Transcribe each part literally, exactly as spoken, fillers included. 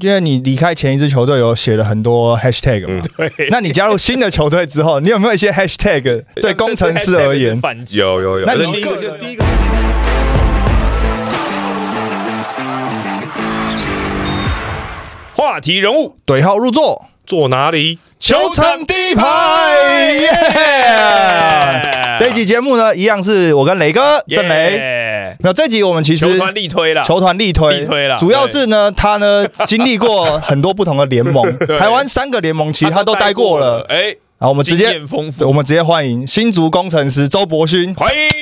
因为你离开前一支球队有写了很多 hashtag 嘛， 对。 那你加入新的球队之后，你有没有一些 hashtag 对工程师而言？ 有有有。 那你第一个先第一个。 话题人物对号入座， 坐哪里？ 球场第一排。耶！这一集节目呢，一样是我跟雷哥郑雷。那这集我们其实球团力推啦， 球团力推， 力推啦。 主要是呢，他呢经历过很多不同的联盟，台湾三个联盟其实他都待过了。 哎， 好，我们直接我们直接欢迎新竹工程师周伯勋， 欢迎。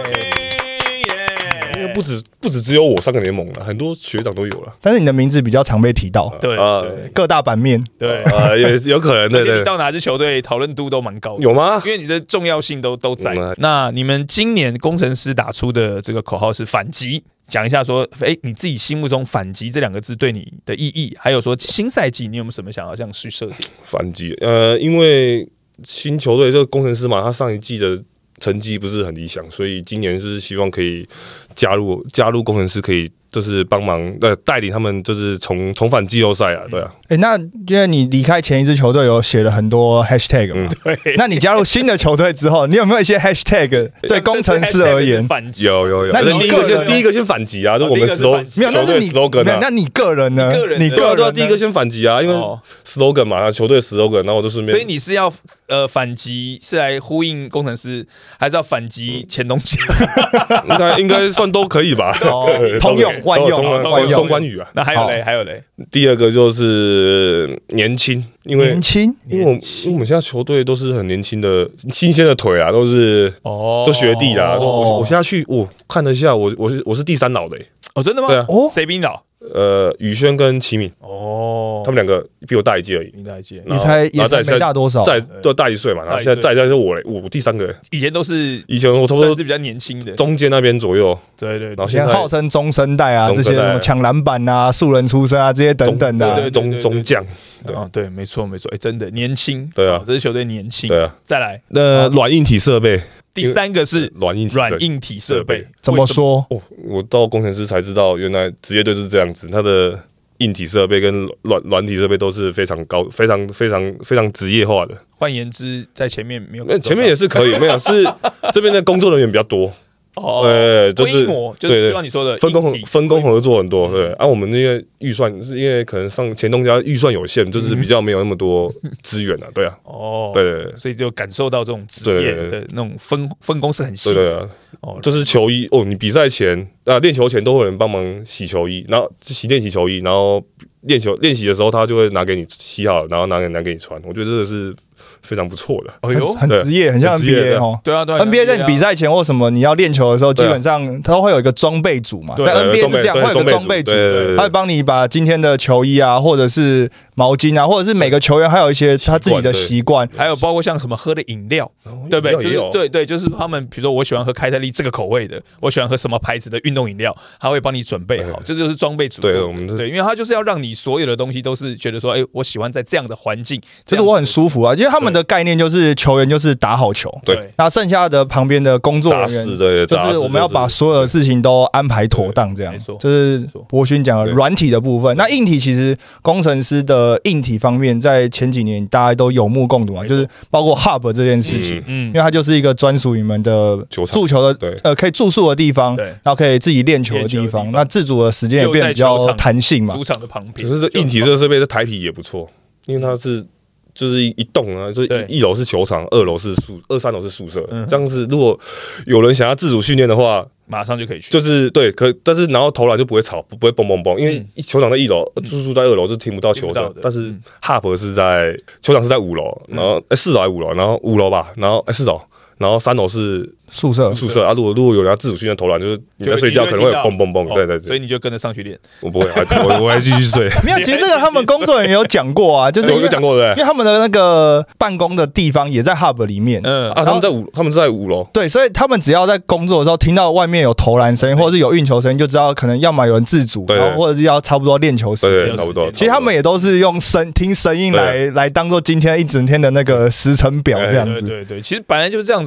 因为不止不止只有我三个联盟了，很多学长都有了。 但是你的名字比较常被提到， 对， 呃， 各大版面， 对， 呃，也有可能，对对。 你到哪支球队讨论度都蛮高的， 有吗？ 因为你的重要性都都在。 嗯、 那你们今年工程师打出的这个口号是反击，讲一下说，哎，你自己心目中反击这两个字对你的意义，还有说新赛季你有没有什么想要这样去设定？ 反击，呃，因为新球队这个工程师嘛，他上一季的成绩不是很理想，所以今年是希望可以加入加入工程师，可以就是帮忙呃带领他们，就是重重返季后赛啊，对啊。 哎、欸，那因为你离开前一支球队有写了很多 hashtag 嘛， 嗯、对。 那你加入新的球队之后，你有没有一些 hashtag 对工程师而言？ 有有有。 那你第一个先第一个先反击啊，就我们 slogan 没有，那是你 slogan 没有，那你个人呢？ 你个人对啊，第一个先反击啊，因为 slogan 嘛，球队 slogan， 然后我就顺便。 所以你是要呃反击，是来呼应工程师，还是要反击前东家？ 应该应该算都可以吧， 通用万用万用双关语啊。 那还有嘞，还有嘞。 第二个就是年轻，因为年轻， 因为我因为我们现在球队都是很年轻的、新鲜的腿啊，都是哦，都学弟啦。我我现在去，我看了一下，我我是我是第三老的、欸， 哦，真的吗？ 对啊， 谁比你老？ 呃，宇轩跟齐敏哦， 他们两个比我大一届而已， 你大一届， 你才也才没大多少， 再都大一岁嘛。然后现在再再是我嘞，我第三个。 以前都是以前我差不多是比较年轻的， 中间那边左右。 对对， 然后现在号称中生代啊，这些什么抢篮板啊、素人出身啊这些等等的中中将。 对啊，对，没错没错，哎，真的年轻。 对啊， 这支球队年轻。 对啊， 再来， 那软硬体设备。 第三个是软硬软硬体设备， 怎么说？ 哦，我到工程师才知道，原来职业队是这样子，它的硬体设备跟软软体设备都是非常高、非常非常非常职业化的。 换言之，在前面没有， 前面也是可以，没有是这边的工作人员比较多。 哦， 对，就是对，就像你说的， 分工分工合作很多，对。啊，我们那个预算是因为可能上前东家预算有限，就是比较没有那么多资源啊，对啊。 哦， 对对， 所以就感受到这种职业的那种分分工是很细。 对啊，哦，就是球衣哦，你比赛前啊练球前都会有人帮忙洗球衣，然后洗练习球衣，然后练球练习的时候他就会拿给你洗好，然后拿给拿给你穿。我觉得这个是非常不错的， 哎呦，很职业，很像 N B A 哦。 对啊，对 ，N B A 在你比赛前或什么你要练球的时候，基本上它会有一个装备组嘛，在 N B A 是这样，会有个装备组，他会帮你把今天的球衣啊，或者是毛巾啊，或者是每个球员还有一些他自己的习惯， 还有包括像什么喝的饮料，对不对？就是对对，就是他们比如说我喜欢喝开特利这个口味的，我喜欢喝什么牌子的运动饮料，他会帮你准备好，这就是装备组。 对，我们对，因为他就是要让你所有的东西都是觉得说，哎，我喜欢在这样的环境， 就是我很舒服啊，因为他们的概念就是球员就是打好球， 对， 那剩下的旁边的工作人员，就是我们要把所有的事情都安排妥当，这样，这是伯勋讲的软体的部分。那硬体其实工程师的硬体方面，在前几年大家都有目共睹嘛，就是包括 Hub 这件事情，嗯，因为它就是一个专属你们的住球的，呃，可以住宿的地方，然后可以自己练球的地方，那自主的时间也变得比较弹性嘛。 主场的旁边， 可是这硬体这个设备在台啤也不错，因为它是。就是一栋啊，就是一楼是球场，二楼是宿，二三楼是宿舍。嗯、这样子，如果有人想要自主训练的话， 马上就可以去。 就是对，可但是然后投篮就不会吵，不会蹦蹦蹦，因为球场在一楼，住宿在二楼是听不到球声。但是 Hub 是在球场是在五楼，然后哎四楼还是五楼，然后五楼吧，然后哎四楼，然后三楼是。 宿舍宿舍啊，如果如果有人要自主训练投篮，就是你在睡觉可能会蹦蹦蹦，对对对， 所以你就跟着上去练。 我不会，我我还继续睡。 没有，其实这个他们工作人员有讲过啊，就是有讲过对， 因为他们的那个办公的地方也在 Hub 里面， 嗯啊，他们在五，他们在五楼， 对，所以他们只要在工作的时候听到外面有投篮声音或者是有运球声音，就知道可能要么有人自主，然后或者是要差不多练球时间，差不多。 其实他们也都是用声听声音来来当做今天一整天的那个时程表这样子。 对对对，其实本来就是这样子。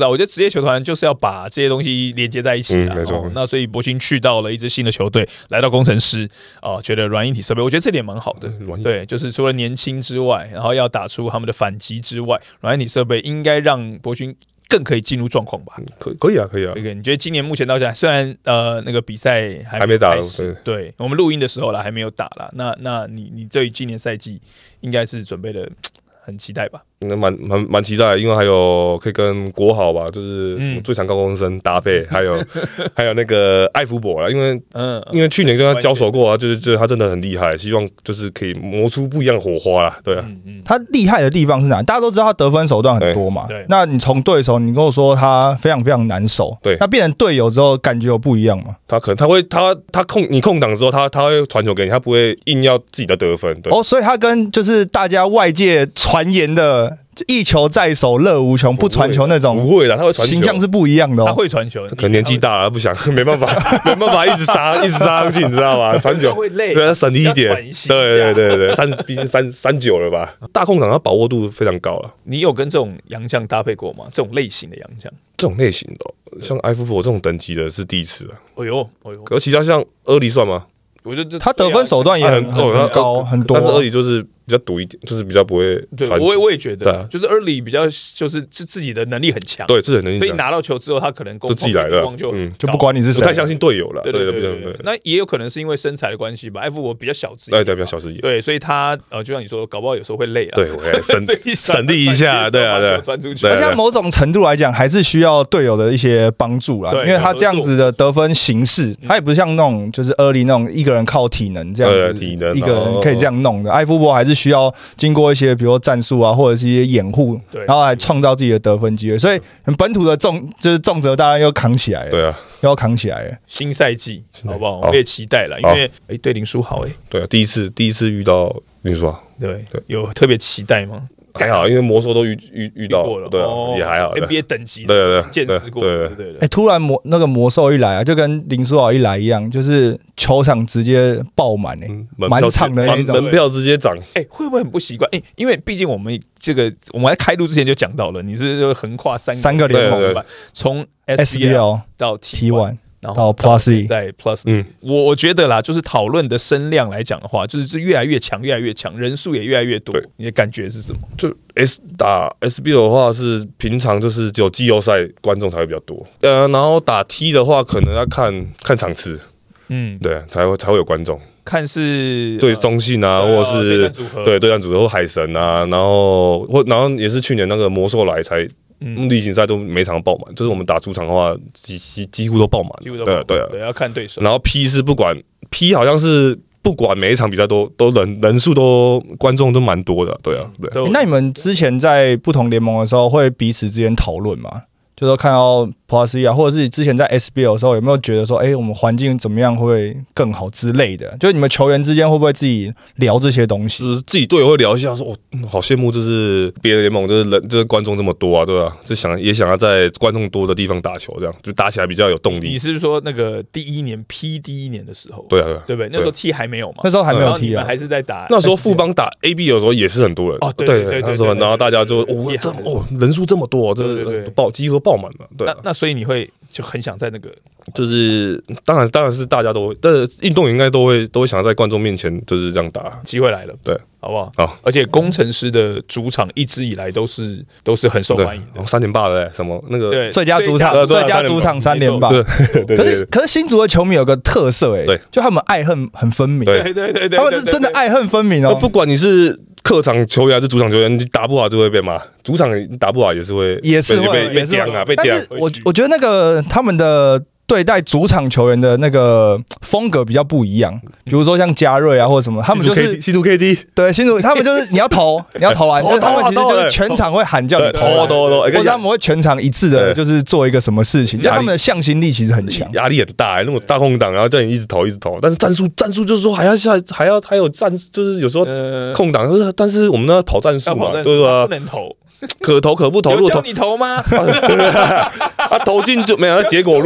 道，我觉得职业球团就是要把这些东西连接在一起啊。 嗯、没错、 哦。那所以博勋去到了一支新的球队，来到工程师哦，觉得软硬体设备，我觉得这点蛮好的。对，就是除了年轻之外，然后要打出他们的反击之外，软硬体设备应该让博勋更可以进入状况吧？ 可可以啊，可以啊。 可以，你觉得今年目前到现在，虽然呃那个比赛还还没打， 对，对我们录音的时候啦，还没有打啦。那那你你对于今年赛季应该是准备的很期待吧？ 那蛮蛮蛮期待的，因为还有可以跟国豪吧，就是什么最强高中生搭配，嗯、还有还有那个艾福伯啦，因为嗯，因为去年跟他交手过啊，就是觉得他真的很厉害，希望就是可以磨出不一样的火花啦，对啊。嗯嗯、他厉害的地方是哪？大家都知道他得分手段很多嘛，对。那你从对手，你跟我说他非常非常难守，对。那变成队友之后，感觉有不一样吗？ 他可能他会他他控你空档之后，他他会传球给你，他不会硬要自己的得分。对哦，所以他跟就是大家外界传言的。一球在手，乐无穷，不传球那种不会啦，他会传球， 形象是不一样的哦。 他会传球， 可能年纪大了不想，没办法，没办法一直杀，一直杀上去，你知道吗？传球会累， 对他省力一点，对对对对，三毕竟三三九了吧，大空档他把握度非常高了。 你有跟这种洋将搭配过吗？这种类型的洋将， 这种类型的、哦，像艾夫佛这种等级的是第一次了。 哎呦，哎呦， 可其他像厄里算吗？ 我觉得他得分手段也很很很高很多， 但是厄里就是比较赌一点，就是比较不会传。 我我也觉得，啊、就是 early 比较就是自己的能力很强， 对，自己的能力， 所以拿到球之后，他可能就自己来了， 就嗯，就不管你是谁， 不太相信队友了。 对对对对对。那也有可能是因为身材的关系吧，艾弗伯比较小只， 对对，比较小只一点， 对，所以他呃，就像你说，搞不好有时候会累啊， 对，我省省力一下，对啊对， 传出去。 而且某种程度来讲，还是需要队友的一些帮助啦，因为他这样子的得分形式，他也不是像那种就是 early 那种一个人靠体能这样子，一个人可以这样弄的。艾弗伯还是需要经过一些，比如说战术啊，或者是一些掩护，然后来创造自己的得分机会。所以本土的重就是重责大家又扛起来了， 对啊， 又要扛起来了。 新赛季好不好？我们也期待了，因为哎，对林书豪哎， 对啊，第一次第一次遇到林书豪， 对对，有特别期待吗？ 还好，因为魔兽都遇遇遇到了，对啊，也还好 ，N B A 等级， 对对对，见识过，对对对。 哎，突然魔那个魔兽一来啊，就跟林书豪一来一样，就是球场直接爆满哎，满场的那种， 门票直接涨。 哎，会不会很不习惯？哎，因为毕竟我们这个我们在开录之前就讲到了，你是横跨三三个联盟吧，从 S B L 到 T 一。到 Plus E 在 Plus， 嗯，我我觉得啦，就是讨论的声量来讲的话，就是越来越强，越来越强，人数也越来越多。你的感觉是什么？ 就 S 打 S B L 的话，是平常就是只有季后赛观众才会比较多，呃，然后打 T 的话，可能要看看场次，嗯，对，才会才会有观众。 看是对中信啊，或者是对对战组合或海神啊，然后或然后也是去年那个魔兽来才。嗯，例行赛都每场爆满，就是我们打主场的话，几几几乎都爆满， 几乎都对对对，要看对手。 然后 P 是不管 P 好像是不管每一场比赛都都人人数都观众都蛮多的，对啊对。 欸、那你们之前在不同联盟的时候，会彼此之间讨论吗？就说看到 Plus E 啊，或者是之前在 S B L 的时候，有没有觉得说，哎、欸，我们环境怎么样会更好之类的？就是你们球员之间会不会自己聊这些东西？ 就是自己队友会聊一下说，哦，好羡慕，就是别的联盟，就是人，就是观众这么多啊，对吧、啊？就想也想要在观众多的地方打球，这样就打起来比较有动力。 你是说那个第一年 P 第一年的时候？ 对啊，对啊， 对不对？那时候 T 还没有嘛？ 那时候还没有 T 啊， 还是在打。 那时候富邦打 A B 有时候也是很多人哦，对对对， 那时候然后大家就哦，这哦人数这么多，这爆几乎爆满了，对。 那所以你会就很想在那个， 就是当然当然是大家都会，但是运动员应该都会都会想在观众面前就是这样打， 机会来了， 对， 好不好？ 好， 而且工程师的主场一直以来都是都是很受欢迎的， 三连霸的什么那个最佳主场最佳主场三连霸， 对， 可是可是新竹的球迷有个特色哎，就他们爱恨很分明， 对对对对， 他们是真的爱恨分明哦， 不管你是。客场球员还是主场球员，你打不好就会被骂；主场打不好也是会， 也是会被被刁啊，被刁。 我我觉得那个他们的对待主场球员的那个风格比较不一样，比如说像嘉瑞啊或者什么，他们就是新竹 K D， 对新竹，他们就是你要投，你要投完，就是他们其实就是全场会喊叫你投， 投投投， 或者他们会全场一致的，就是做一个什么事情，就他们的向心力其实很强， 压力很大，那种大空档，然后叫你一直投一直投，但是战术战术就是说还要下还要还有战，就是有时候空档，但是我们呢跑战术嘛，对吧？ 不能投。 可投可不投， 有叫你投吗？ 啊，投进就没有结果论嘛，投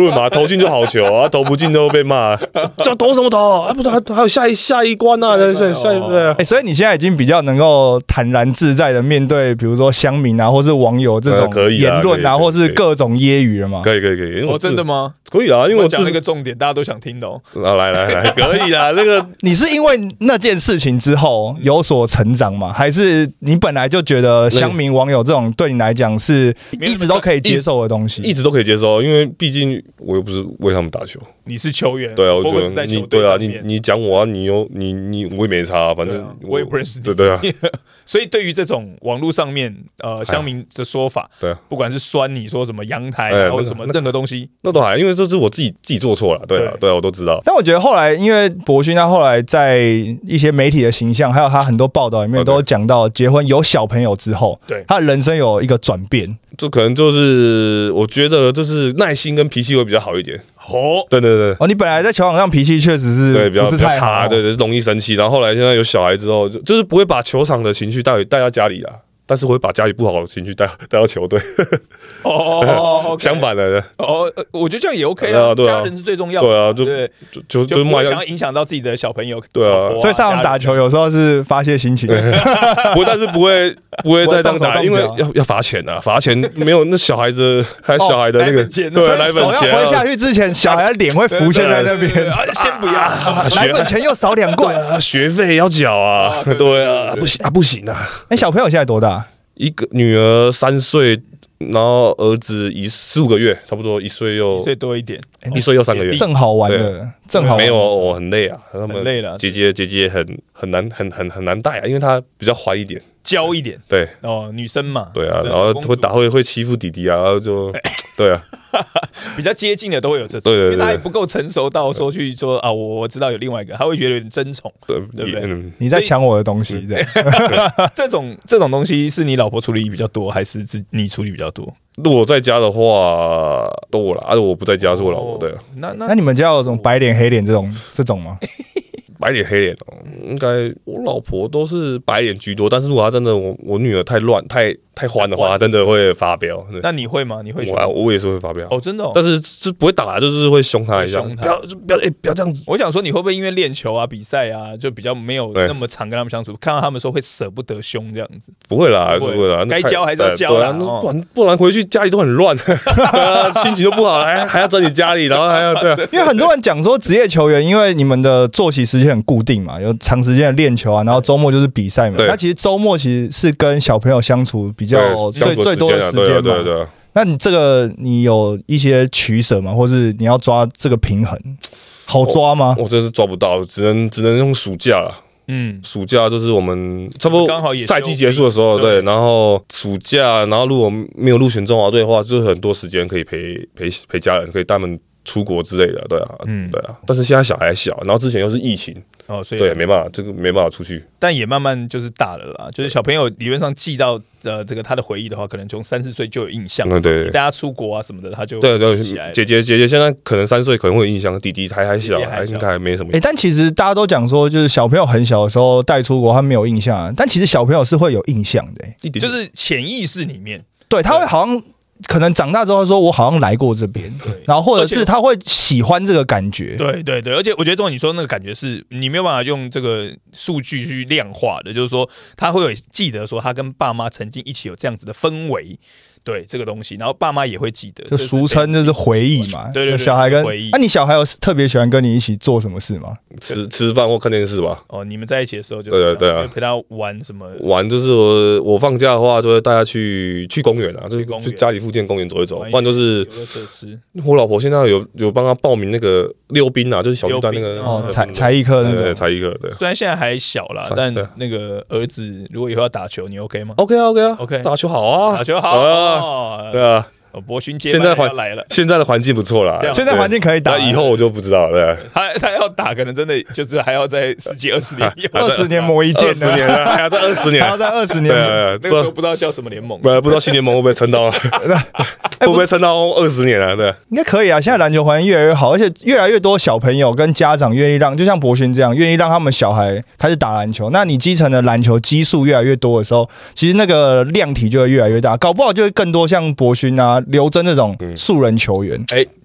进就好球啊，投不进就被骂，这投什么投？啊，不是还还有下一下一关啊，下下一对啊。 哎，所以你现在已经比较能够坦然自在的面对，比如说乡民啊，或是网友这种言论啊，或是各种揶揄了吗？ 可以可以可以， 哦，真的吗？ 可以啊，因为我讲那个重点，大家都想听懂。 啊，来来来，可以啦。那个你是因为那件事情之后有所成长吗？还是你本来就觉得乡民网友这种对你来讲是一直都可以接受的东西？ 一直都可以接受，因为毕竟我又不是为他们打球。 你是球员， 对啊，我觉得你对啊，你你讲我啊，你有你你我也没差，反正我也不认识你。 对对啊， 所以对于这种网络上面呃乡民的说法，对，不管是酸你说什么阳台啊或者什么任何东西， 那都还，因为这是我自己自己做错了，对啊对啊，我都知道。 但我觉得后来，因为博勋他后来在一些媒体的形象，还有他很多报道里面都有讲到，结婚有小朋友之后，对他的人生有一个转变。 这可能就是我觉得就是耐心跟脾气会比较好一点。哦，对对对， 哦，你本来在球场上脾气确实是对比较不是太差，对对，容易生气。然后后来现在有小孩之后，就就是不会把球场的情绪带带到家里啊。但是我会把家里不好的情绪带带到球队。 哦哦哦， 相反的。 哦，我觉得这样也 OK 啊，家人是最重要的。 对啊，就就就就不想要影响到自己的小朋友。 对啊， 所以上场打球有时候是发泄心情。 不，但是不会不会再这样打，因为要要罚钱啊，罚钱没有那小孩子还有小孩的那个对奶粉钱， 挥下去之前，小孩的脸会浮现在那边。 先不要， 奶粉钱又少两罐， 学费要缴啊。对啊，不行啊，不行啊。 哎，小朋友现在多大？ 一个女儿三岁，然后儿子一十五个月，差不多一岁又一岁多一点， 一岁又三个月， 正好玩的，正好没有我很累啊，他们累了。 姐姐姐姐很很难很很很难带啊，因为她比较坏一点， 娇一点。 对哦，女生嘛， 对啊，然后会打会会欺负弟弟啊，然后就对啊， 比较接近的都会有这种，因为他还不够成熟到说去说啊，我我知道有另外一个，他会觉得有点争宠，对对不对？ 你在抢我的东西，这样这种这种东西是你老婆处理比较多，还是是你处理比较多？ 如果在家的话，都我啦；，而我不在家是我老婆。对， 那那那你们家有什么白脸黑脸这种这种吗？ 白脸黑脸哦，应该我老婆都是白脸居多，但是如果她真的我我女儿太乱太太欢的话，她真的会发飙。 那你会吗？你会？ 我我也是会发飙哦，真的。 但是是不会打，就是会凶她一下，不要不要哎不要这样子。 我想说你会不会因为练球啊比赛啊，就比较没有那么常跟他们相处，看到他们说会舍不得凶这样子？ 不会啦，不会啦， 该教还是要教啦， 不然不然回去家里都很乱，心情都不好，还还要整理家里，然后还要对， 因为很多人讲说职业球员，因为你们的作息时间很固定嘛，有长时间的练球啊，然后周末就是比赛嘛。那其实周末其实是跟小朋友相处比较最最多的时间嘛。 对对。 那你这个你有一些取舍吗？或是你要抓这个平衡，好抓吗？ 我真是抓不到，只能只能用暑假了。嗯，暑假就是我们差不多刚好赛季结束的时候，对，然后暑假，然后如果没有入选中华队的话，就是很多时间可以陪陪陪家人，可以带他们出国之类的，对啊，嗯，对啊。但是现在小孩小，然后之前又是疫情。哦，所以对，没办法，这个没办法出去， 但也慢慢就是大了啦。就是小朋友理论上记到呃这个他的回忆的话，可能从三四岁就有印象。嗯，对，大家出国啊什么的，他就对对，姐姐姐姐现在可能三岁可能会有印象，弟弟还还小，还应该还没什么。 哎，但其实大家都讲说，就是小朋友很小的时候带出国，他没有印象，但其实小朋友是会有印象的， 一点就是潜意识里面， 对，他会好像。可能长大之后说，我好像来过这边，然后或者是他会喜欢这个感觉， 对对对，而且我觉得，中你说那个感觉是你没有办法用这个数据去量化的，就是说他会有记得说他跟爸妈曾经一起有这样子的氛围，对这个东西，然后爸妈也会记得， 就俗称就是回忆嘛， 对对对， 小孩跟回忆。那、啊、你小孩有特别喜欢跟你一起做什么事吗？ 吃吃饭或看电视吧。 哦，你们在一起的时候就对对对啊， 陪他玩什么？ 玩就是我我放假的话，就会带他去去公园啊，就去家里附近公园走一走。不然就是我老婆现在有有帮他报名那个溜冰啊，就是小巨蛋那个哦才才艺课那种才艺课。对， 虽然现在还小啦，但那个儿子如果以后要打球，你 OK 吗 ？OK 啊 OK 啊 OK， 打球好啊， 打球好啊， 对啊。 博勋接班要来了， 现在的环境不错啦， 现在环境可以打， 以后我就不知道了。 他他要打，可能真的就是还要在十几二十年， 二十年磨一剑， 二十年还要在二十年， 还要在二十年。 那个时候不知道叫什么联盟， 不不知道新联盟会不会撑到，会不会撑到二十年啊？对， 应该可以啊。现在篮球环境越来越好，而且越来越多小朋友跟家长愿意让，就像博勋这样，愿意让他们小孩开始打篮球。那你基层的篮球基数越来越多的时候，其实那个量体就会越来越大，搞不好就会更多像博勋啊、刘真这种。素人球员， 哎、欸，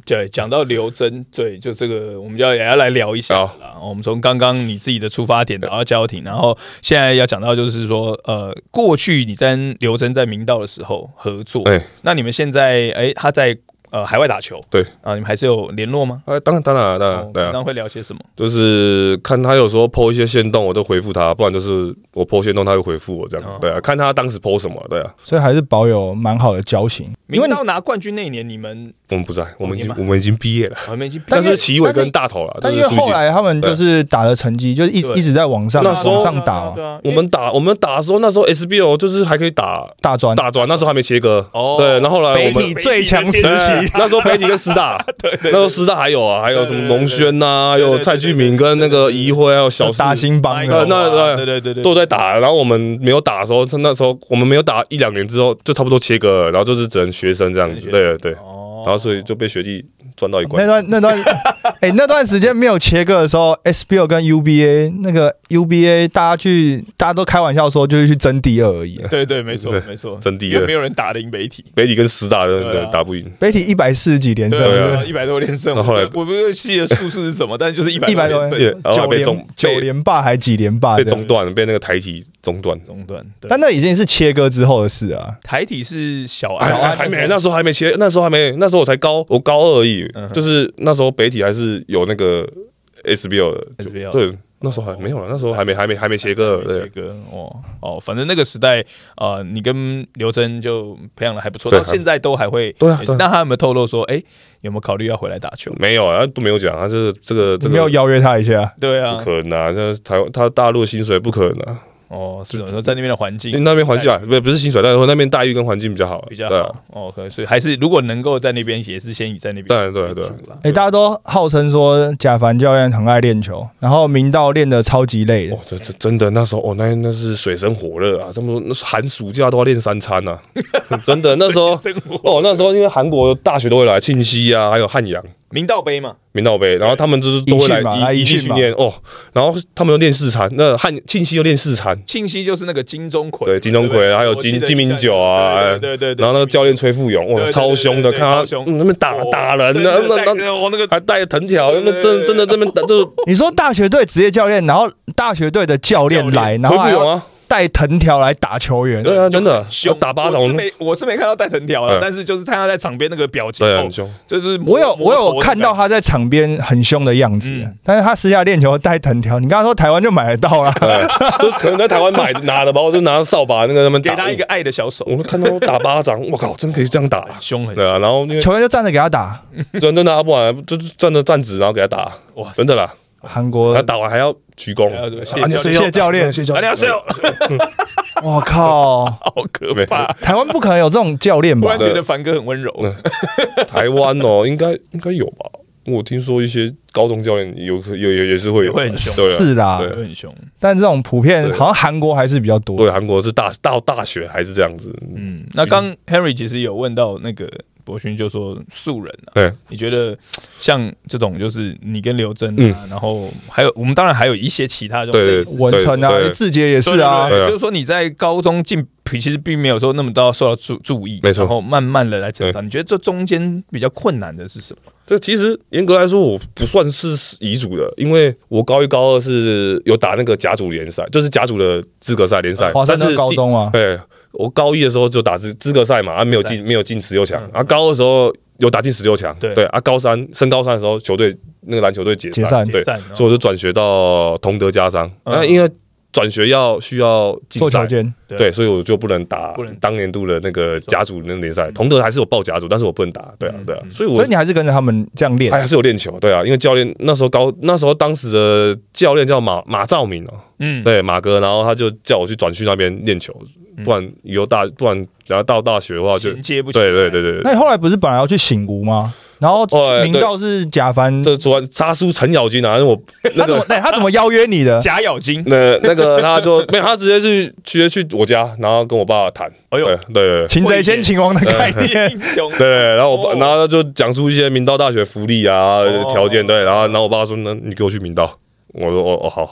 对，讲到刘真，对，就这个我们就要也要来聊一下啦。我们从刚刚你自己的出发点聊到焦庭，然后现在要讲到就是说，呃，过去你跟刘真在明道的时候合作， 欸、 那你们现在，哎、欸，他在。呃，海外打球， 对啊，你们还是有联络吗？ 呃，当然，当然，当然，哦、对啊。 平常会聊些什么？ 就是看他有时候 po 一些限动，我都回复他；不然就是我 po 限动，他会回复我这样。哦、对啊，看他当时 po 什么，对啊。 所以还是保有蛮好的交情。 明道拿冠军那一年，你们我们不在，我们已经我们已经毕业了， 我们已经毕业。 但是齐伟跟大头了， 但因为后来他们就是打的成绩，就是一一直在往上往上打。 我们打我们打的时候，那时候 S B L 就是还可以打大专大专，那时候还没切割。哦，对，然后后来我们北体最强时期， 那时候北体跟师大，对对，那时候师大还有啊，还有什么龙轩呐，还有蔡俊明跟那个怡辉，还有小大兴帮， 那那对对对对都在打。然后我们没有打的时候，那时候我们没有打一两年之后，就差不多切割了，然后就是只能学生这样子，对对。然后所以就被学弟赚到一块。 那段那段，哎、欸，那段时间没有切割的时候 ，S B L 跟 U B A 那个 U B A 大家去，大家都开玩笑说就是去争第二而已。 对对，没错没错， 争第二， 没有人打得赢北体， 北体跟师大的打不赢。 北体一百四十几连胜， 对，一百多连胜。后来我不是细的数字是什么，但是就是一百一百多连胜， 九连九连霸还几连霸， 被中断，被那个台体中断中断。 但那已经是切割之后的事啊。 台体是小安，还还没，那时候还没切，那时候还没，那时候我才高，我高二而已。就是那时候北体还是有那个 S B L 的，对，那时候还没有了，那时候还没还没还没切割， 切割哦哦，反正那个时代，呃，你跟刘真就培养的还不错，到现在都还会。 对啊， 那他有没有透露说，哎，有没有考虑要回来打球？ 没有啊，都没有讲，他这个这个这个没有邀约他一下， 对啊， 不可能啊，像台湾他大陆的薪水不可能啊。 哦，是说在那边的环境， 那边环境啊，不不是薪水，但是说那边待遇跟环境比较好， 比较好。哦，可所以还是如果能够在那边，也是先以在那边。 对对对。 哎，大家都号称说贾凡教练很爱练球，然后明道练得超级累的。 哦，这这真的那时候哦，那那是水深火热啊，这么多寒暑假都要练三餐呐，真的那时候哦，那时候因为韩国大学都会来，庆熙啊，还有汉阳。 明道杯嘛， 明道杯，然后他们就是都会来一起训练哦，然后他们又练四餐，那汉庆熙又练四餐， 庆熙就是那个金钟馗， 对金钟馗，还有金金明九啊， 对对对， 然后那个教练崔富勇，哇，超凶的，看他那边打打人的，那那我那个还带着藤条，那真真的这边就是你说大学队职业教练，然后大学队的教练来，然后崔富勇啊。带藤条来打球员， 对啊，真的凶打巴掌。 我是没我是没看到带藤条的，但是就是看他在场边那个表情， 对，很凶。 就是我有我有看到他在场边很凶的样子，但是他私下练球带藤条，你刚刚说台湾就买得到了， 就可能在台湾买拿的吧，我就拿扫把那个他们给他一个爱的小手。 我看到打巴掌，我靠，真可以这样打， 凶很对啊。然后球员就站着给他打， 真的啊，不然就是站着站直，然后给他打，哇，真的啦。 韩国他打完还要鞠躬， 谢教练， 谢教练， 我靠， 好可怕！ 台湾不可能有这种教练吧？ 我觉得凡哥很温柔。 台湾哦，应该应该有吧？我听说一些高中教练有有有也是会有， 会很凶， 是啦， 会很凶。 但这种普遍好像韩国还是比较多。 对，韩国是大到大学还是这样子。 嗯，那刚 Henry 其实有问到那个。博勋就说素人啊， 对， 你觉得像这种就是你跟刘真啊，然后还有我们当然还有一些其他这种类似文成啊、志杰也是啊， 就是说你在高中进其实并没有说那么多受到注注意， 没错， 然后慢慢的来成长。你觉得这中间比较困难的是什么？ 这其实严格来说，我不算是遗嘱的，因为我高一高二是有打那个甲组联赛，就是甲组的资格赛联赛， 但是高中啊， 对。我高一的时候就打资资格赛嘛，啊没有进没有进十六强，啊高二的时候有打进十六强，对啊高三升高三的时候球队那个篮球队解散，对，所以我就转学到同德家商，那因为转学要需要做条件， 对，所以我就不能打当年度的那个甲组那个联赛，同德还是有报甲组，但是我不能打，对啊对啊，所以我所以你还是跟着他们这样练， 还是有练球，对啊，因为教练那时候高那时候当时的教练叫马马兆明哦，嗯，对马哥，然后他就叫我去转去那边练球。不然以后大，不然然后到大学的话就接不起来。 对对对对。 那你后来不是本来要去醒吾吗？然后明道是贾凡， 这昨晚杀出程咬金啊！我他怎么他怎么邀约你的？ 贾咬金。 那那个他就没有，他直接去直接去我家，然后跟我爸谈。哎呦，对， 擒贼先擒王的概念。 对，然后我然后就讲出一些明道大学福利啊条件，对，然后然后我爸说：“那你给我去明道。”我说：“哦哦，好好。”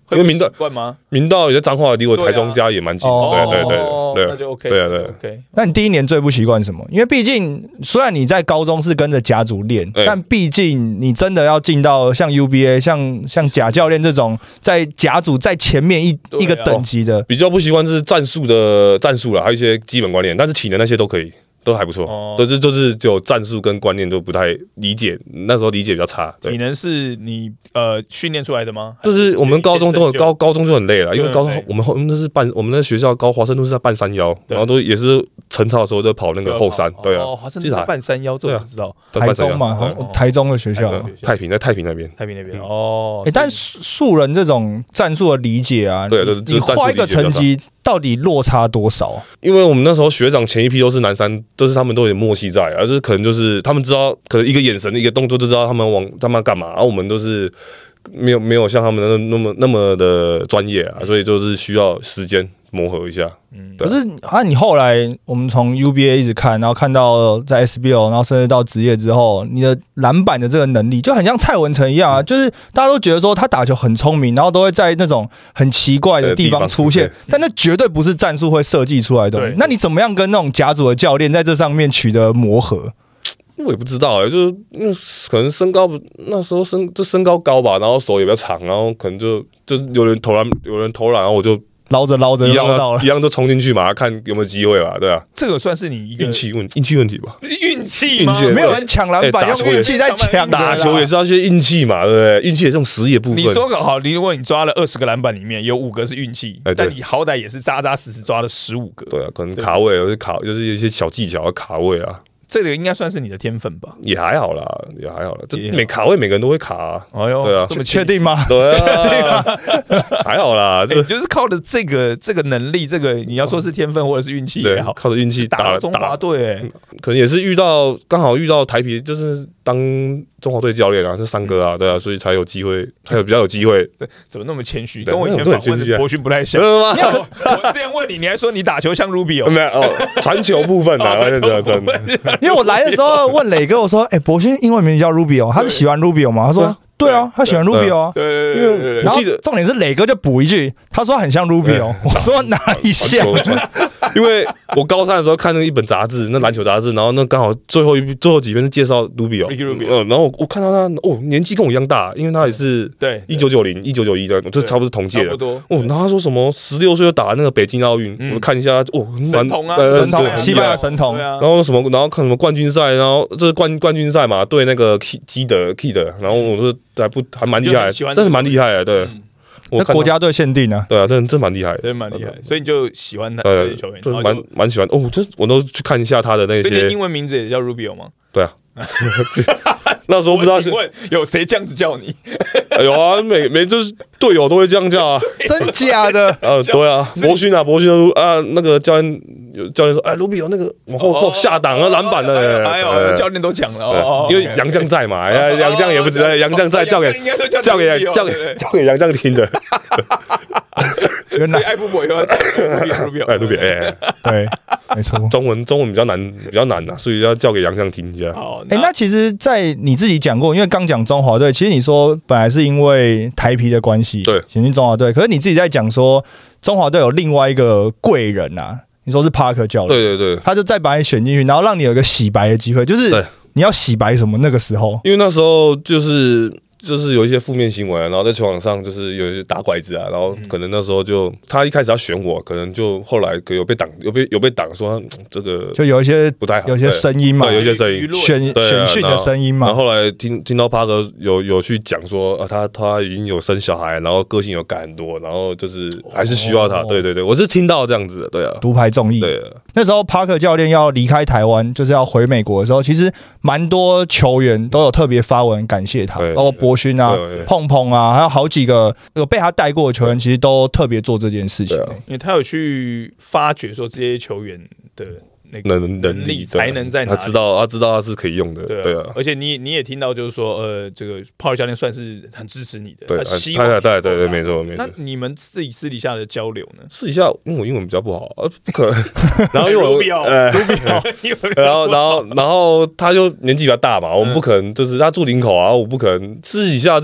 因为明道惯吗？ 明道有些彰化离我台中家也蛮近的，对对对对， 那就 OK， 对啊对 OK。 那你第一年最不习惯什么？因为毕竟虽然你在高中是跟着甲组练，但毕竟你真的要进到像 U B A、像像贾教练这种在甲组在前面一一个等级的， 比较不习惯就是战术的战术啦，还有一些基本观念，但是体能那些都可以。都还不错，哦、都是就是只有战术跟观念都不太理解，那时候理解比较差。 体能是你呃训练出来的吗？ 就是我们高中都很高，高中就很累了，因为高中我们我们那是半我们那学校高华盛顿是在半山腰，然后都也是晨操的时候都跑那个后山，对啊， 哦，华盛顿在半山腰，这我不知道。 台中嘛，台中的学校， 太平在太平那边， 太平那边哦。 哎，但素人这种战术的理解啊， 对， 你画一个成绩。到底落差多少？ 因为我们那时候学长前一批都是南山，都是他们都有点默契在，而是可能就是他们知道，可能一个眼神、一个动作就知道他们往他们干嘛，而、啊、我们都是没有没有像他们那么那么的专业啊，所以就是需要时间磨合一下。 嗯，可是啊，你后来我们从 U B A 一直看，然后看到在 S B L， 然后甚至到职业之后，你的篮板的这个能力就很像蔡文成一样啊，就是大家都觉得说他打球很聪明，然后都会在那种很奇怪的地方出现，但那绝对不是战术会设计出来的东西。那你怎么样跟那种甲组的教练在这上面取得磨合？ 我也不知道哎、欸，就是那可能身高那时候身就身高高吧，然后手也比较长，然后可能就就是有人投篮，有人投篮，然后我就。 捞着捞着捞到了， 一样都冲进去嘛，看有没有机会吧，对啊。 这个算是你一个运气问运气问题吧？ 运气吗？ 没有人抢篮板，用运气在抢。 打球也是要些运气嘛，对不对？运气也是这种实力部分。 你说个好，如果你抓了二十个篮板里面有五个是运气，但你好歹也是扎扎实实抓了十五个。 对啊，可能卡位，有些卡就是有一些小技巧卡位啊。 这个应该算是你的天分吧？ 也还好啦，也还好啦。这每卡位每个人都会卡啊。 哎呦， 对啊， 这么确定吗？ 对啊，还好啦。 你就是靠着这个这个能力，这个你要说是天分或者是运气也好， 靠着运气打了中华队， 可能也是遇到刚好遇到台啤，就是当中华队教练啊，是三哥啊，对啊，所以才有机会，才有比较有机会。 怎么那么谦虚？跟我以前访问的博勋不太像。我之前问你，你还说你打球像 Rubio， 没有哦，传球部分啊，真的真的。 因为我来的时候问磊哥，我说：“哎，博勋英文名字叫 Rubio， 他是喜欢 Rubio 吗？”他说：“对啊，他喜欢 Rubio 啊。” 对对对对。 然后重点是磊哥就补一句，他说很像 Rubio， 我说哪里像？ 因为我高三的时候看那一本杂志，那篮球杂志，然后那刚好最后一最后几篇是介绍 Rubio， 嗯，然后我看到他哦，年纪跟我一样大，因为他也是对一九九零一九九一的，这差不多同届的，哦，然后他说什么十六岁就打那个北京奥运，我看一下，哦， 神童啊， 神童，西班牙神童， 然后什么，然后看什么冠军赛，然后这是冠冠军赛嘛，对那个基德 Key 的，然后我说还不还蛮厉害，真的蛮厉害的，对。 那国家队限定啊， 对啊，真真蛮厉害的， 真蛮厉害，所以你就喜欢他这些球员， 就蛮蛮喜欢哦，这我都去看一下他的那些。 所以英文名字也叫 Rubio 吗？ 对啊，那时候不知道是问有谁这样子叫你？ 有啊，每每就是队友都会这样叫啊， 真假的？ 啊，对啊，博勋啊，博勋啊，那个教练有教练说，哎，Rubio那个往后后下档啊，篮板的， 哎呦，教练都讲了哦， 因为杨绛在嘛，哎，杨绛也不知道，杨绛在叫给叫给叫给叫给杨绛听的。 原来艾布伯要叫 Rubio， 哎，Rubio， 哎， 对，没错， 中文中文比较难，比较难呐，所以要叫给杨绛听一下。 哎，那其实，在你自己讲过，因为刚讲中华队，其实你说本来是因为台啤的关系， 对， 选进中华队，可是你自己在讲说，中华队有另外一个贵人啊，你说是 Parker 教练， 对对对， 他就再把你选进去，然后让你有一个洗白的机会，就是你要洗白什么？那个时候， 因为那时候就是。就是有一些负面新闻，然后在球场上就是有一些打拐子啊，然后可能那时候就他一开始要选我，可能就后来有被挡，有被有被挡说这个就有一些不太好， 有些声音嘛， 对，有一些声音选选训的声音嘛。 然后后来听听到帕克有有去讲说啊，他他已经有生小孩，然后个性有改很多，然后就是还是需要他。对对对，我是听到这样子的，对啊， 独排众议。 对， 那时候帕克教练要离开台湾，就是要回美国的时候，其实蛮多球员都有特别发文感谢他，包括博勋啊。碰碰啊，还有好几个有被他带过的球员，其实都特别做这件事情， 因为他有去发掘说这些球员的那个能力才能在哪里， 他知道他知道他是可以用的，对啊。 而且你你也听到就是说，呃，这个帕克教练算是很支持你的， 对， 他希望对对对，没错没错。 那你们自己私底下的交流呢？ 私底下，因为我英文比较不好，不可能。然后因为我呃， 然后然后然后他就年纪比较大嘛，我们不可能就是他住林口啊，我不可能私底下就。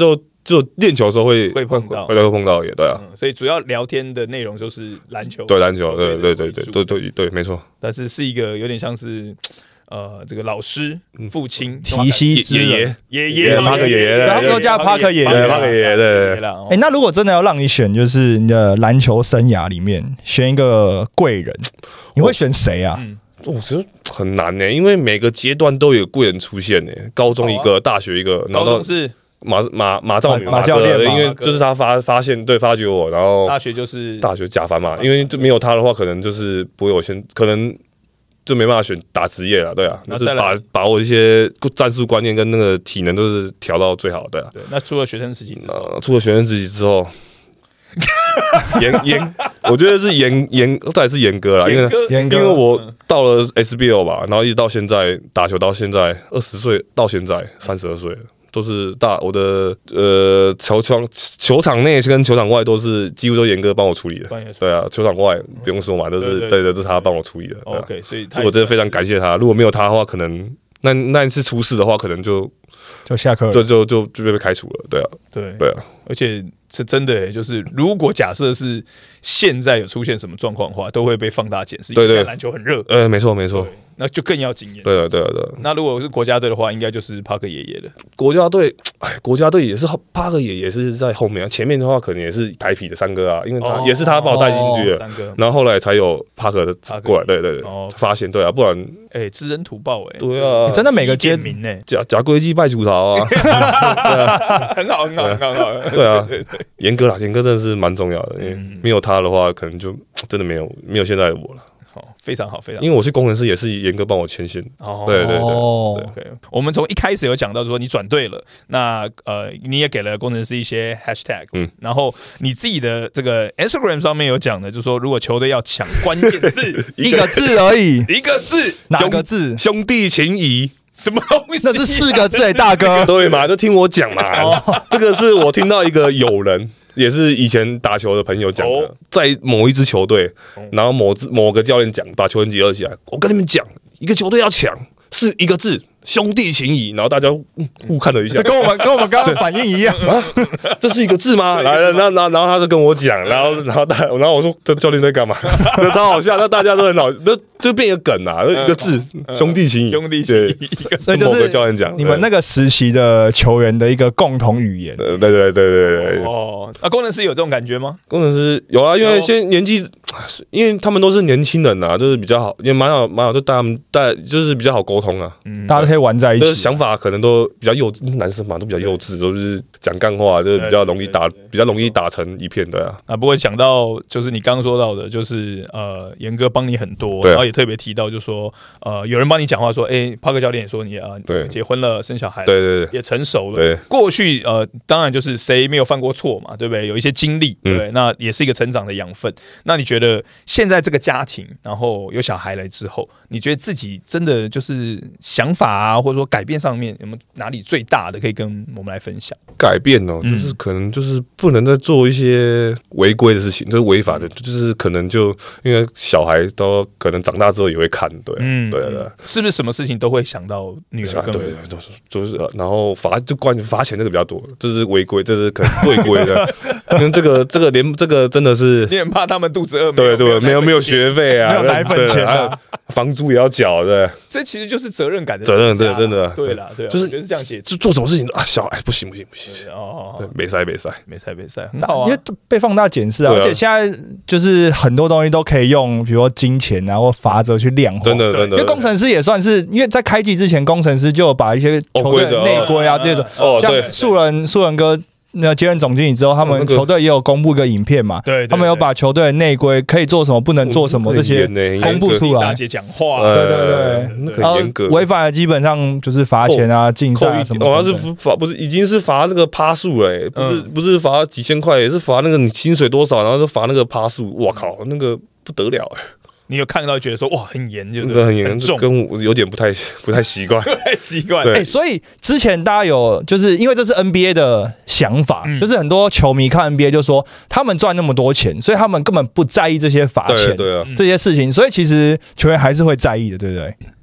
就练球的时候会会碰到， 会会碰到也对啊、 嗯。所以主要聊天的内容就是篮球， 对篮球，对对对对对对对，没错。 但是是一个有点像是。呃，这个老师、父亲、 提携之人， 爷爷、 帕克爷爷， 他们都叫帕克爷爷， 帕克爷爷对。 哎，那如果真的要让你选，就是你的篮球生涯里面选一个贵人，你会选谁啊？ 我觉得很难呢，因为每个阶段都有贵人出现呢。高中一个，大学一个，然后是马马马兆敏马教练， 因为就是他发发现对发掘我，然后大学就是大学假翻嘛，因为就没有他的话，可能就是不会有先可能。就没办法选打职业了，对啊，那就是把把我一些战术观念跟那个体能都是调到最好，对啊。 对，那除了学生时期之后， 呃，除了学生时期之后，严严，我觉得是严严，再是严哥啦，因为因为我到了 S B L 吧，然后一直到现在打球到现在二十岁到现在三十二岁了。都是大我的呃球场球场内跟球场外都是几乎都严哥帮我处理的，对啊，球场外不用说嘛，都是对的，这是他帮我处理的。 OK， 所以我真的非常感谢他。如果没有他的话，可能那那一次出事的话，可能就就下课了， 就就就就被开除了。对啊， 对对啊， 而且是真的、欸，就是如果假设是现在有出现什么状况的话，都会被放大检视。对对，篮球很热， 呃，没错没错。 那就更要经验。 对啊，对啊，对啊。 那如果是国家队的话，应该就是帕克爷爷了。 国家队，哎，国家队也是帕克爷爷是在后面啊，前面的话可能也是台啤的三哥啊，因为他、哦、也是他把我带进去的，哦、然后后来才有帕克的过来，对对对，哦、发现对啊，不然哎、欸，知恩图报哎、欸， 对啊， 欸、真的每个街名哎， 假假龟记拜主桃啊，对啊，很好很好很好， 对啊，严哥啦，严哥真的是蛮重要的，因为没有他的话，可能就真的没有没有现在的我了。 好，非常好，非常好。 因为我是工程师，也是严哥帮我牵线。哦，对对对对。 Okay. 我们从一开始有讲到说你转队了，那呃你也给了工程师一些 hashtag， 嗯，然后你自己的这个 Instagram 上面有讲的，就是说如果球队要抢关键字， 一个字而已， 一个字， 哪个字？ 兄弟情谊。 什么东西、啊？ 那是四个字哎，大哥。 对嘛，就听我讲嘛。哦、这个是我听到一个友人，也是以前打球的朋友讲的，哦、在某一支球队，然后某某个教练讲，把球员集合起来，我跟你们讲，一个球队要抢是一个字。兄弟情谊，然后大家互看了一下， 跟我们跟我们刚刚反应一样啊，这是一个字吗？来，然后然后然后他就跟我讲，然后然后大然后我说这教练在干嘛？超好笑，那大家都很好，那就变一个梗啊，一个字兄弟情谊， 兄弟情谊， 所以就是教练讲你们那个实习的球员的一个共同语言。 对对对对对。 哦，那工程师有这种感觉吗？ 工程师有啊，因为现在年纪，因为他们都是年轻人啊，就是比较好，也蛮好蛮好，就带他们带就是比较好沟通啊， 嗯，大家可以玩在一起， 想法可能都比较幼稚，男生嘛都比较幼稚，都是讲干话，就是比较容易打，比较容易打成一片的啊。 啊，不过讲到就是你刚刚说到的，就是呃，严哥帮你很多，然后也特别提到，就说呃，有人帮你讲话说，哎，帕克教练也说你啊，对，结婚了，生小孩了， 对对对， 也成熟了。 对， 过去呃，当然就是谁没有犯过错嘛，对不对？有一些经历，对不对？那也是一个成长的养分。那你觉得现在这个家庭，然后有小孩来之后，你觉得自己真的就是想法啊，或者说改变上面有没有哪里最大的可以跟我们来分享？ 改变哦，就是可能就是不能再做一些违规的事情，就是违法的，就是可能就因为小孩都可能长大之后也会看，对，嗯，对对， 是不是什么事情都会想到女儿？ 对，就是然后罚就关于罚钱这个比较多，这是违规，这是可能违规的，因为这个这个连这个真的是你很怕他们肚子饿， 对对，没有没有学费啊， 没有奶粉钱啊， 房租也要缴，对， 这其实就是责任感的责任，对，真的， 对啦，对，就是这样解， 就做什么事情啊，小孩不行不行不行，哦，对，没塞没塞没塞没塞，很好啊， 因为被放大检视啊，而且现在就是很多东西都可以用，比如说金钱啊或罚则去量化， 真的真的， 因为工程师也算是，因为在开季之前，工程师就有把一些球队内规啊这些，像素人素人哥。那接任总经理之后，他们球队也有公布一个影片嘛？对，他们有把球队的内规可以做什么、不能做什么这些公布出来。 大姐讲话， 对对对， 很严格， 违反的基本上就是罚钱啊、禁赛什么。 好像是罚，不是已经是罚那个趴数了，不是不是罚几千块，也是罚那个你薪水多少，然后就罚那个趴数。哇靠，那个不得了哎！ 你有看到觉得说哇很严，就是很严，跟我有点不太不太习惯， 不太习惯。 哎，所以之前大家有就是因为这是 N B A 的想法，嗯、就是很多球迷看 N B A 就说他们赚那么多钱，所以他们根本不在意这些罚钱， 对啊， 这些事情，所以其实球员还是会在意的，对不对？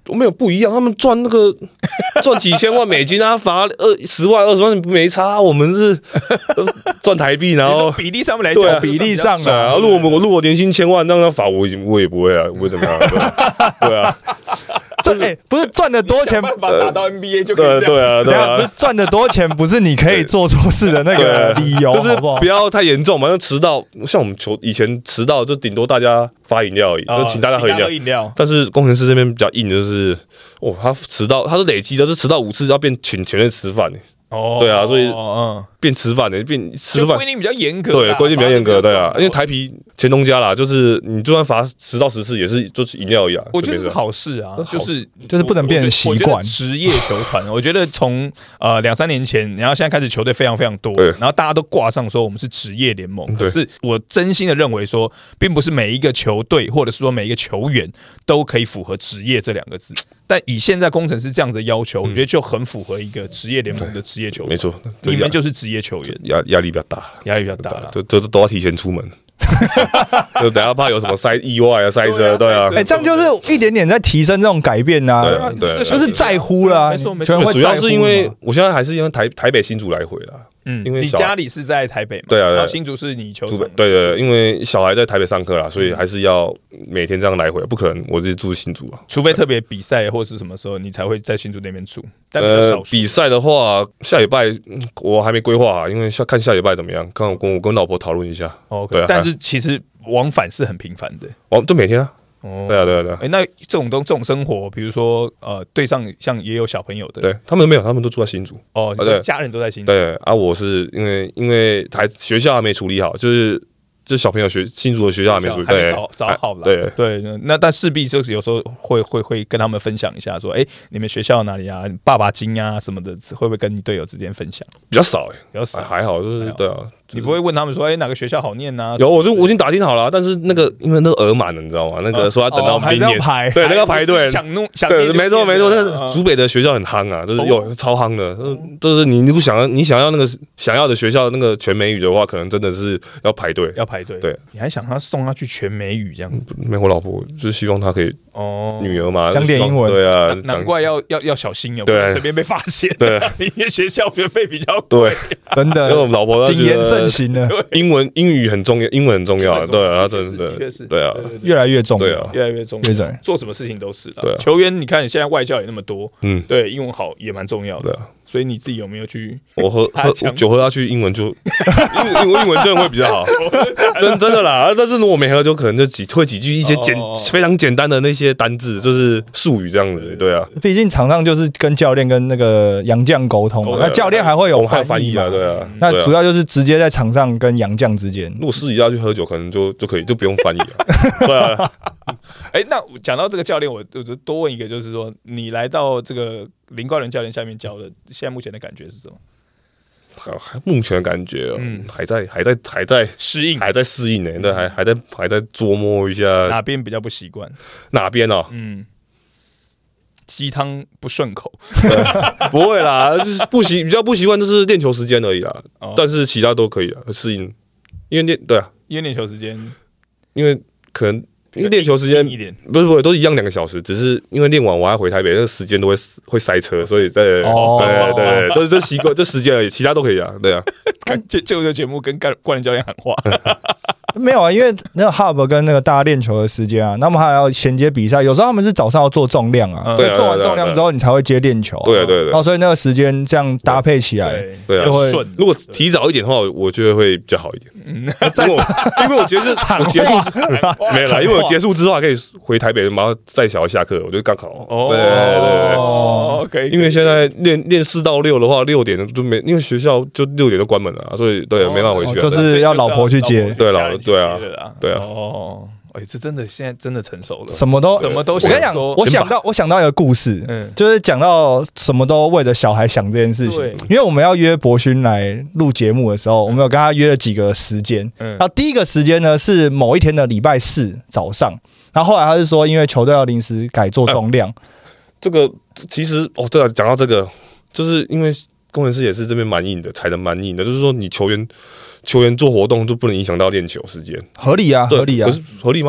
没有不一样，他们赚那个赚几千万美金啊，罚二十万二十万没差，我们是赚台币，然后比例上面来讲， 啊、比例上啊，如果我们我如果年薪千万，那那罚我我也不会啊，我会怎么样？对啊。 这哎、欸，不是赚的多钱， 办法打到 N B A 就可以这样。 对啊，对啊， 不是赚的多钱，不是你可以做错事的那个理由， 就是好不好？ 不要太严重嘛。那迟到，像我们球以前迟到，就顶多大家发饮料而已，哦、就请大家喝饮料。 饮料。 但是工程师这边比较硬，就是哦，他迟到，他是累积的，是迟到五次要变请全队吃饭。哦，对啊，所以嗯，变吃饭的变吃饭规定比较严格， 对，规定比较严格，对啊，因为台啤前东家啦，就是你就算罚十到十次，也是就是饮料而已啊。 我觉得是好事啊，就是就是不能变成习惯。 职业球团，我觉得从呃两三年前，然后现在开始球队非常非常多，然后大家都挂上说我们是职业联盟。可是我真心的认为说，并不是每一个球队或者是说每一个球员都可以符合职业这两个字。但以现在工程师这样子的要求，我觉得就很符合一个职业联盟的职业球员。 没错， 你们就是职业球员， 压压力比较大， 压力比较大了， 就这都要提前出门。就等下怕有什么塞意外啊、塞车，对啊， 哎，这样就是一点点在提升这种改变呐， 对， 就是在乎啦， 没错没错， 主要是因为我现在还是因为台台北新竹来回啦。 嗯，因为你家里是在台北嘛， 对啊， 然后新竹是你球场， 对对，因为小孩在台北上课啦，所以还是要每天这样来回，不可能我自己住新竹啊， 除非特别比赛或是什么时候，你才会在新竹那边住。但比较少呃，比赛的话，下礼拜我还没规划啊，因为下看下礼拜怎么样，看我跟我跟老婆讨论一下。 OK，对，但是其实往返是很频繁的， 哦，就每天啊。哦，对啊，对啊，对啊。 哎、欸，那这种东这种生活，比如说呃，队上像也有小朋友的， 对他们没有，他们都住在新竹。 哦，对，家人都在新竹。 对啊，我是因为因为台学校还没处理好，就是就是小朋友学新竹的学校还没处理， 对，找找好了。 对对，那但势必就是有时候会会会跟他们分享一下，说，哎、欸，你们学校哪里啊？爸爸经啊什么的，会不会跟你队友之间分享？ 比较少哎、欸， 比较少， 还好，就是对啊。 你不会问他们说，哎、欸，哪个学校好念啊？ 有，我就我已经打听好了，但是那个因为那个额满了，你知道吗？那个说要等到明年， 哦、排对，那个排队， 想弄想对，没错没错，那个竹北的学校很夯啊，就是有超夯的，就是你你不想要你想要那个想要的学校那个全美语的话，可能真的是要排队， 要排队。 对， 你还想他送他去全美语这样？ 没，我老婆就是希望他可以哦，女儿嘛， 讲点英文， 对啊， 难怪要要要小心，有没有随便被发现？ 对， 因为学校学费比较贵， 真的， 因为我们老婆谨言慎行的。 英文英语很重要，英文很重要，对啊，真的， 的确是， 对啊， 越来越重要， 对啊， 越来越重要，做什么事情都是的。球员，你看现在外教也那么多，嗯，对，英文好也蛮重要的。所以你自己有没有去？ 我喝喝酒喝下去，英文就英英英文真的会比较好，真真的啦。但是如果没喝，就可能就几会几句一些简非常简单的那些单字，就是术语这样子，对啊。 毕竟场上就是跟教练跟那个洋将沟通嘛，那教练还会有翻译啊，对啊。 那主要就是直接在场上跟洋将之间。 如果私底下去喝酒，可能就就可以就不用翻译了，对啊。 哎，那讲到这个教练，我我就多问一个，就是说你来到这个林冠伦教练下面教的，现在目前的感觉是什么？ 目前的感觉，嗯，还在还在还在适应， 还在适应呢，对，还还在还在琢磨一下哪边比较不习惯， 哪边哦， 嗯，鸡汤不顺口， 不会啦，就是不习比较不习惯，就是练球时间而已啦，但是其他都可以啊，适应，因为练对啊， 因为练球时间， 因为可能。因为练球时间不是不是都一样两个小时，只是因为练完我还回台北，那个时间都会会塞车，所以对哦对对，都是这习惯这时间而已，其他都可以啊，对啊。 就就这个节目跟冠冠伦教练喊话。 没有啊，因为那个 Hub 跟那个大家练球的时间啊，那么还要衔接比赛。有时候他们是早上要做重量啊，所以做完重量之后，你才会接练球。 对对对。 哦，所以那个时间这样搭配起来， 对就会。 如果提早一点的话，我觉得会比较好一点。因为我因为我觉得是我结束没有啦，因为我结束之后还可以回台北，然后载小孩下课，我觉得刚好。 哦， 对对对。 哦 ，OK。 因为现在练练四到六的话，六点就没，因为学校就六点就关门了，所以对没办法回去。 就是要老婆去接。 对老对啊。对啊， 哦，哎，这真的现在真的成熟了， 什么都什么都。我跟你讲，我想到我想到一个故事，嗯，就是讲到什么都为了小孩想这件事情。因为我们要约博勋来录节目的时候，我们有跟他约了几个时间。嗯，然后第一个时间呢是某一天的礼拜四早上，然后后来他是说，因为球队要临时改做重量， 这个其实哦，对啊，讲到这个，就是因为工程师也是这边蛮硬的，踩的蛮硬的，就是说你球员。球员做活动就不能影响到练球时间， 合理啊，合理啊， 可是合理吗？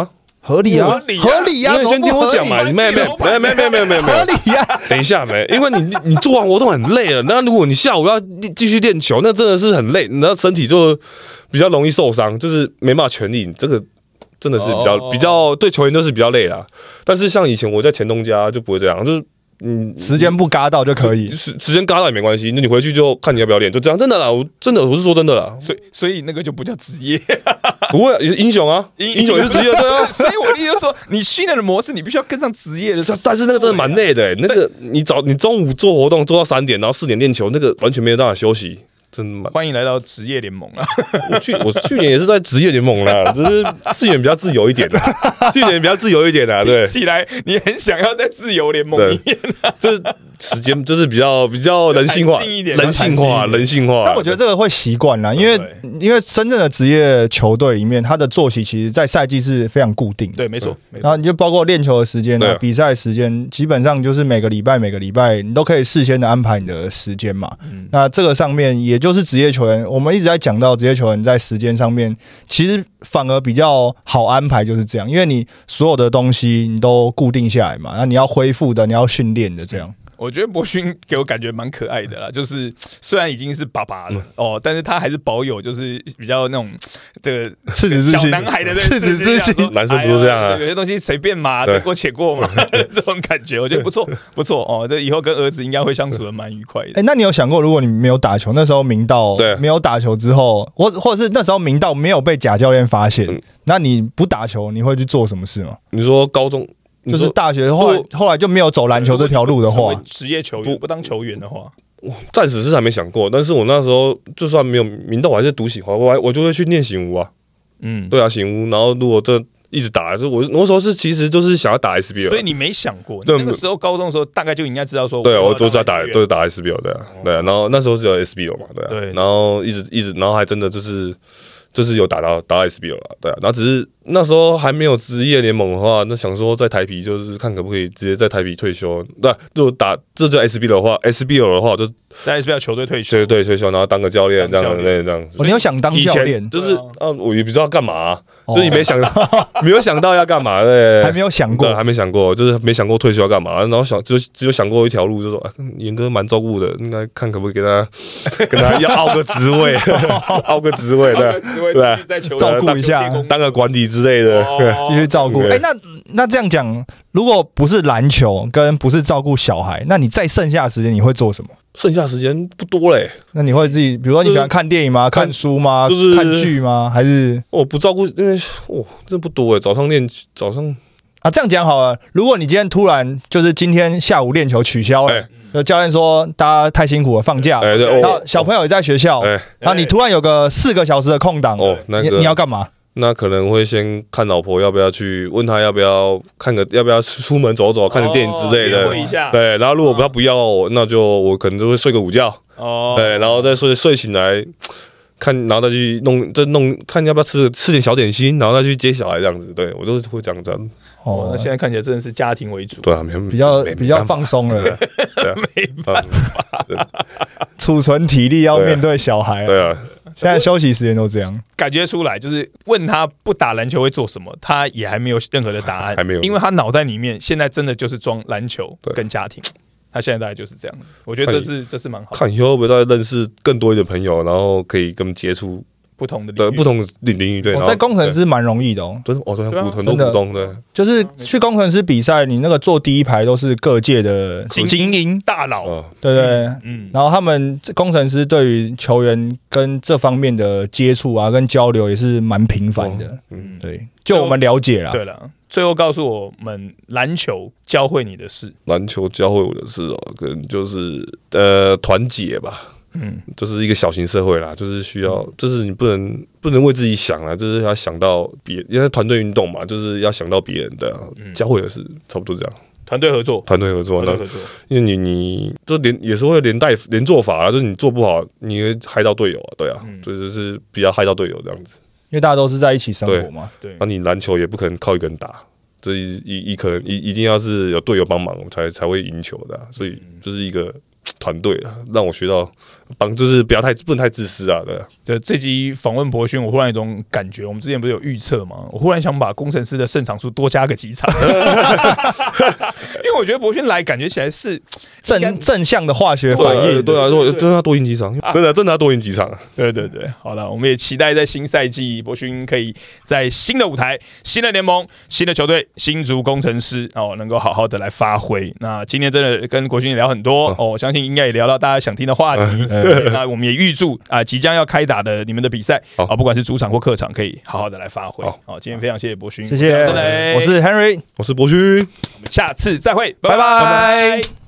合理啊，合理啊， 你先听我讲嘛，你没没没没没没没没合理啊。 等一下没，因为你你做完活动很累了，那如果你下午要继续练球，那真的是很累，那身体就比较容易受伤，就是没办法全力，这个。真的是比较、oh. 比较对球员都是比较累啦，但是像以前我在前东家就不会这样，就是嗯时间不嘎到就可以， 时时间嘎到也没关系，那你回去就看你要不要练，就这样，真的啦，我真的我是说真的啦， 所以所以那个就不叫职业， 不会英雄啊，英雄也是职业对啊， 所以我的意思就是说，你训练的模式你必须要跟上职业的， 但是那个真的蛮累的、欸，那个你早你中午做活动做到三点，然后四点练球，那个完全没有办法休息。真的蛮欢迎来到职业联盟啦！ 我去，我去年也是在职业联盟啦，只是去年比较自由一点啦，去年比较自由一点啦，对。 起来，你很想要在自由联盟里面、啊， 就是时间就是比较比较人性化，人性化，人性化。 但我觉得这个会习惯啦，因为因为真正的职业球队里面，他的作息其实在赛季是非常固定的。 对，没错。 然后你就包括练球的时间啊，比赛时间，基本上就是每个礼拜每个礼拜你都可以事先的安排你的时间嘛。嗯、那这个上面也就是职业球员，我们一直在讲到职业球员在时间上面，其实反而比较好安排，就是这样，因为你所有的东西你都固定下来嘛，那你要恢复的，你要训练的，这样。 我觉得博勋给我感觉蛮可爱的啦，就是虽然已经是爸爸了、嗯、哦，但是他还是保有就是比较那种这个赤子之心， 小男孩的赤子之心， 男生不是这样啊， 有些东西随便嘛，得过且过嘛，这种感觉我觉得不错不错哦，这以后跟儿子应该会相处的蛮愉快的。 哎、欸，那你有想过，如果你没有打球，那时候明道没有打球之后，或或者是那时候明道没有被贾教练发现、嗯，那你不打球，你会去做什么事吗？ 你说高中？ 就是大学后来后来就没有走篮球这条路的话， 职业球员不当球员的话， 暂时是还没想过。但是我那时候就算没有明道，我还是读喜欢，我还我就会去念醒吾啊。嗯，对啊，醒吾。然后如果这一直打，是我那时候是其实就是想要打 S B L， 所以你没想过，那个时候高中的时候大概就应该知道说， 对，我都在打，都是打 S B L 对啊，对啊。然后那时候只有 S B L 嘛，对啊，对。然后一直一直，然后还真的就是。就是有打到打到 S B L 了，对啊，然后只是那时候还没有职业联盟的话，那想说在台啤就是看可不可以直接在台啤退休，对，如果打这就 S B L 的话 ，S B L 的话我就在 S B L 球队退休， 对对退休，然后当个教练这样子这样子。 哦，你有想当教练？ 就是啊，我也不知道干嘛、啊，就是你没想到，没有想到要干嘛，对， 还没有想过， 还没想过，就是没想过退休要干嘛，然后想只只有想过一条路，就是说啊，严哥蛮照顾的，应该看可不可以跟他跟他要凹个职位，凹个职位，对对， 在球照顾一下， 当个管理之类的， 继续照顾。哎、欸，那那这样讲，如果不是篮球跟不是照顾小孩，那你在剩下的时间你会做什么？ 剩下时间不多嘞、欸， 那你会自己，比如说你喜欢看电影吗？就是、看书吗？就是看剧吗？还是我不照顾？因为哦，真的不多哎。早上练，早上啊，这样讲好了。如果你今天突然就是今天下午练球取消了。欸就教练说大家太辛苦了，放假。欸、然后小朋友也在学校，欸、然后你突然有个四个小时的空档，哦，那个、你, 你要干嘛？ 那可能会先看老婆要不要去，问他要不要看个，要不要出门走走，看个电影之类的。 哦、 对，然后如果他不要，那就我可能就会睡个午觉。哦，对，然后再睡睡醒来。看，然后再去弄，再弄，看要不要吃吃点小点心，然后再去接小孩这样子。对我都是会这样子。 哦，那现在看起来真的是家庭为主。 对啊， 比较比较放松了。 对啊，没办法， 储存体力要面对小孩。 对啊， 现在休息时间都这样。 感觉出来，就是问他不打篮球会做什么，他也还没有任何的答案， 还没有， 因为他脑袋里面现在真的就是装篮球跟家庭。他现在大概就是这样子，我觉得这是这是蛮好的。 看以后会不会再认识更多一点朋友，然后可以跟他们接触不同的对不同的领域。对， 我在工程师蛮容易的哦， 真的哦，对，很多股东对， 就是去工程师比赛，你那个坐第一排都是各界的精英大佬， 对对，嗯，然后他们工程师对于球员跟这方面的接触啊，跟交流也是蛮频繁的，嗯，对，就我们了解啦， 对了。最后告诉我们篮球教会你的事， 篮球教会我的事哦，可能就是呃团结吧，嗯，就是一个小型社会啦，就是需要，就是你不能不能为自己想啊，就是要想到别，因为团队运动嘛，就是要想到别人的、啊嗯、教会的事，差不多这样。 团队合作， 团队合作，那因为你你这连也是会连带连做法啊，就是你做不好，你会害到队友啊，对啊，嗯、所以就是比较害到队友这样子。 因为大家都是在一起生活嘛， 对， 那、啊、你篮球也不可能靠一个人打，这一一可能一一定要是有队友帮忙才才会赢球的、啊，所以就是一个团队了，让我学到帮就是不要太不能太自私啊，对啊。 这这集访问博勋，我忽然有一种感觉，我们之前不是有预测吗？我忽然想把工程师的胜场数多加个几场，因为我觉得博勋来感觉起来是正正向的化学反应， 对啊，对啊，真的要多赢几场，真的真的要多赢几场。 对对对，好了，我们也期待在新赛季博勋可以在新的舞台、新的联盟、新的球队、新竹工程师哦，能够好好的来发挥。那今天真的跟国勋聊很多哦，我相信应该也聊到大家想听的话题。那我们也预祝啊，即将要开打的你们的比赛啊，不管是主场或客场，可以好好的来发挥。好，今天非常谢谢博勋， 谢谢，我是 Henry， 我是博勋， 我们下次再会，拜拜。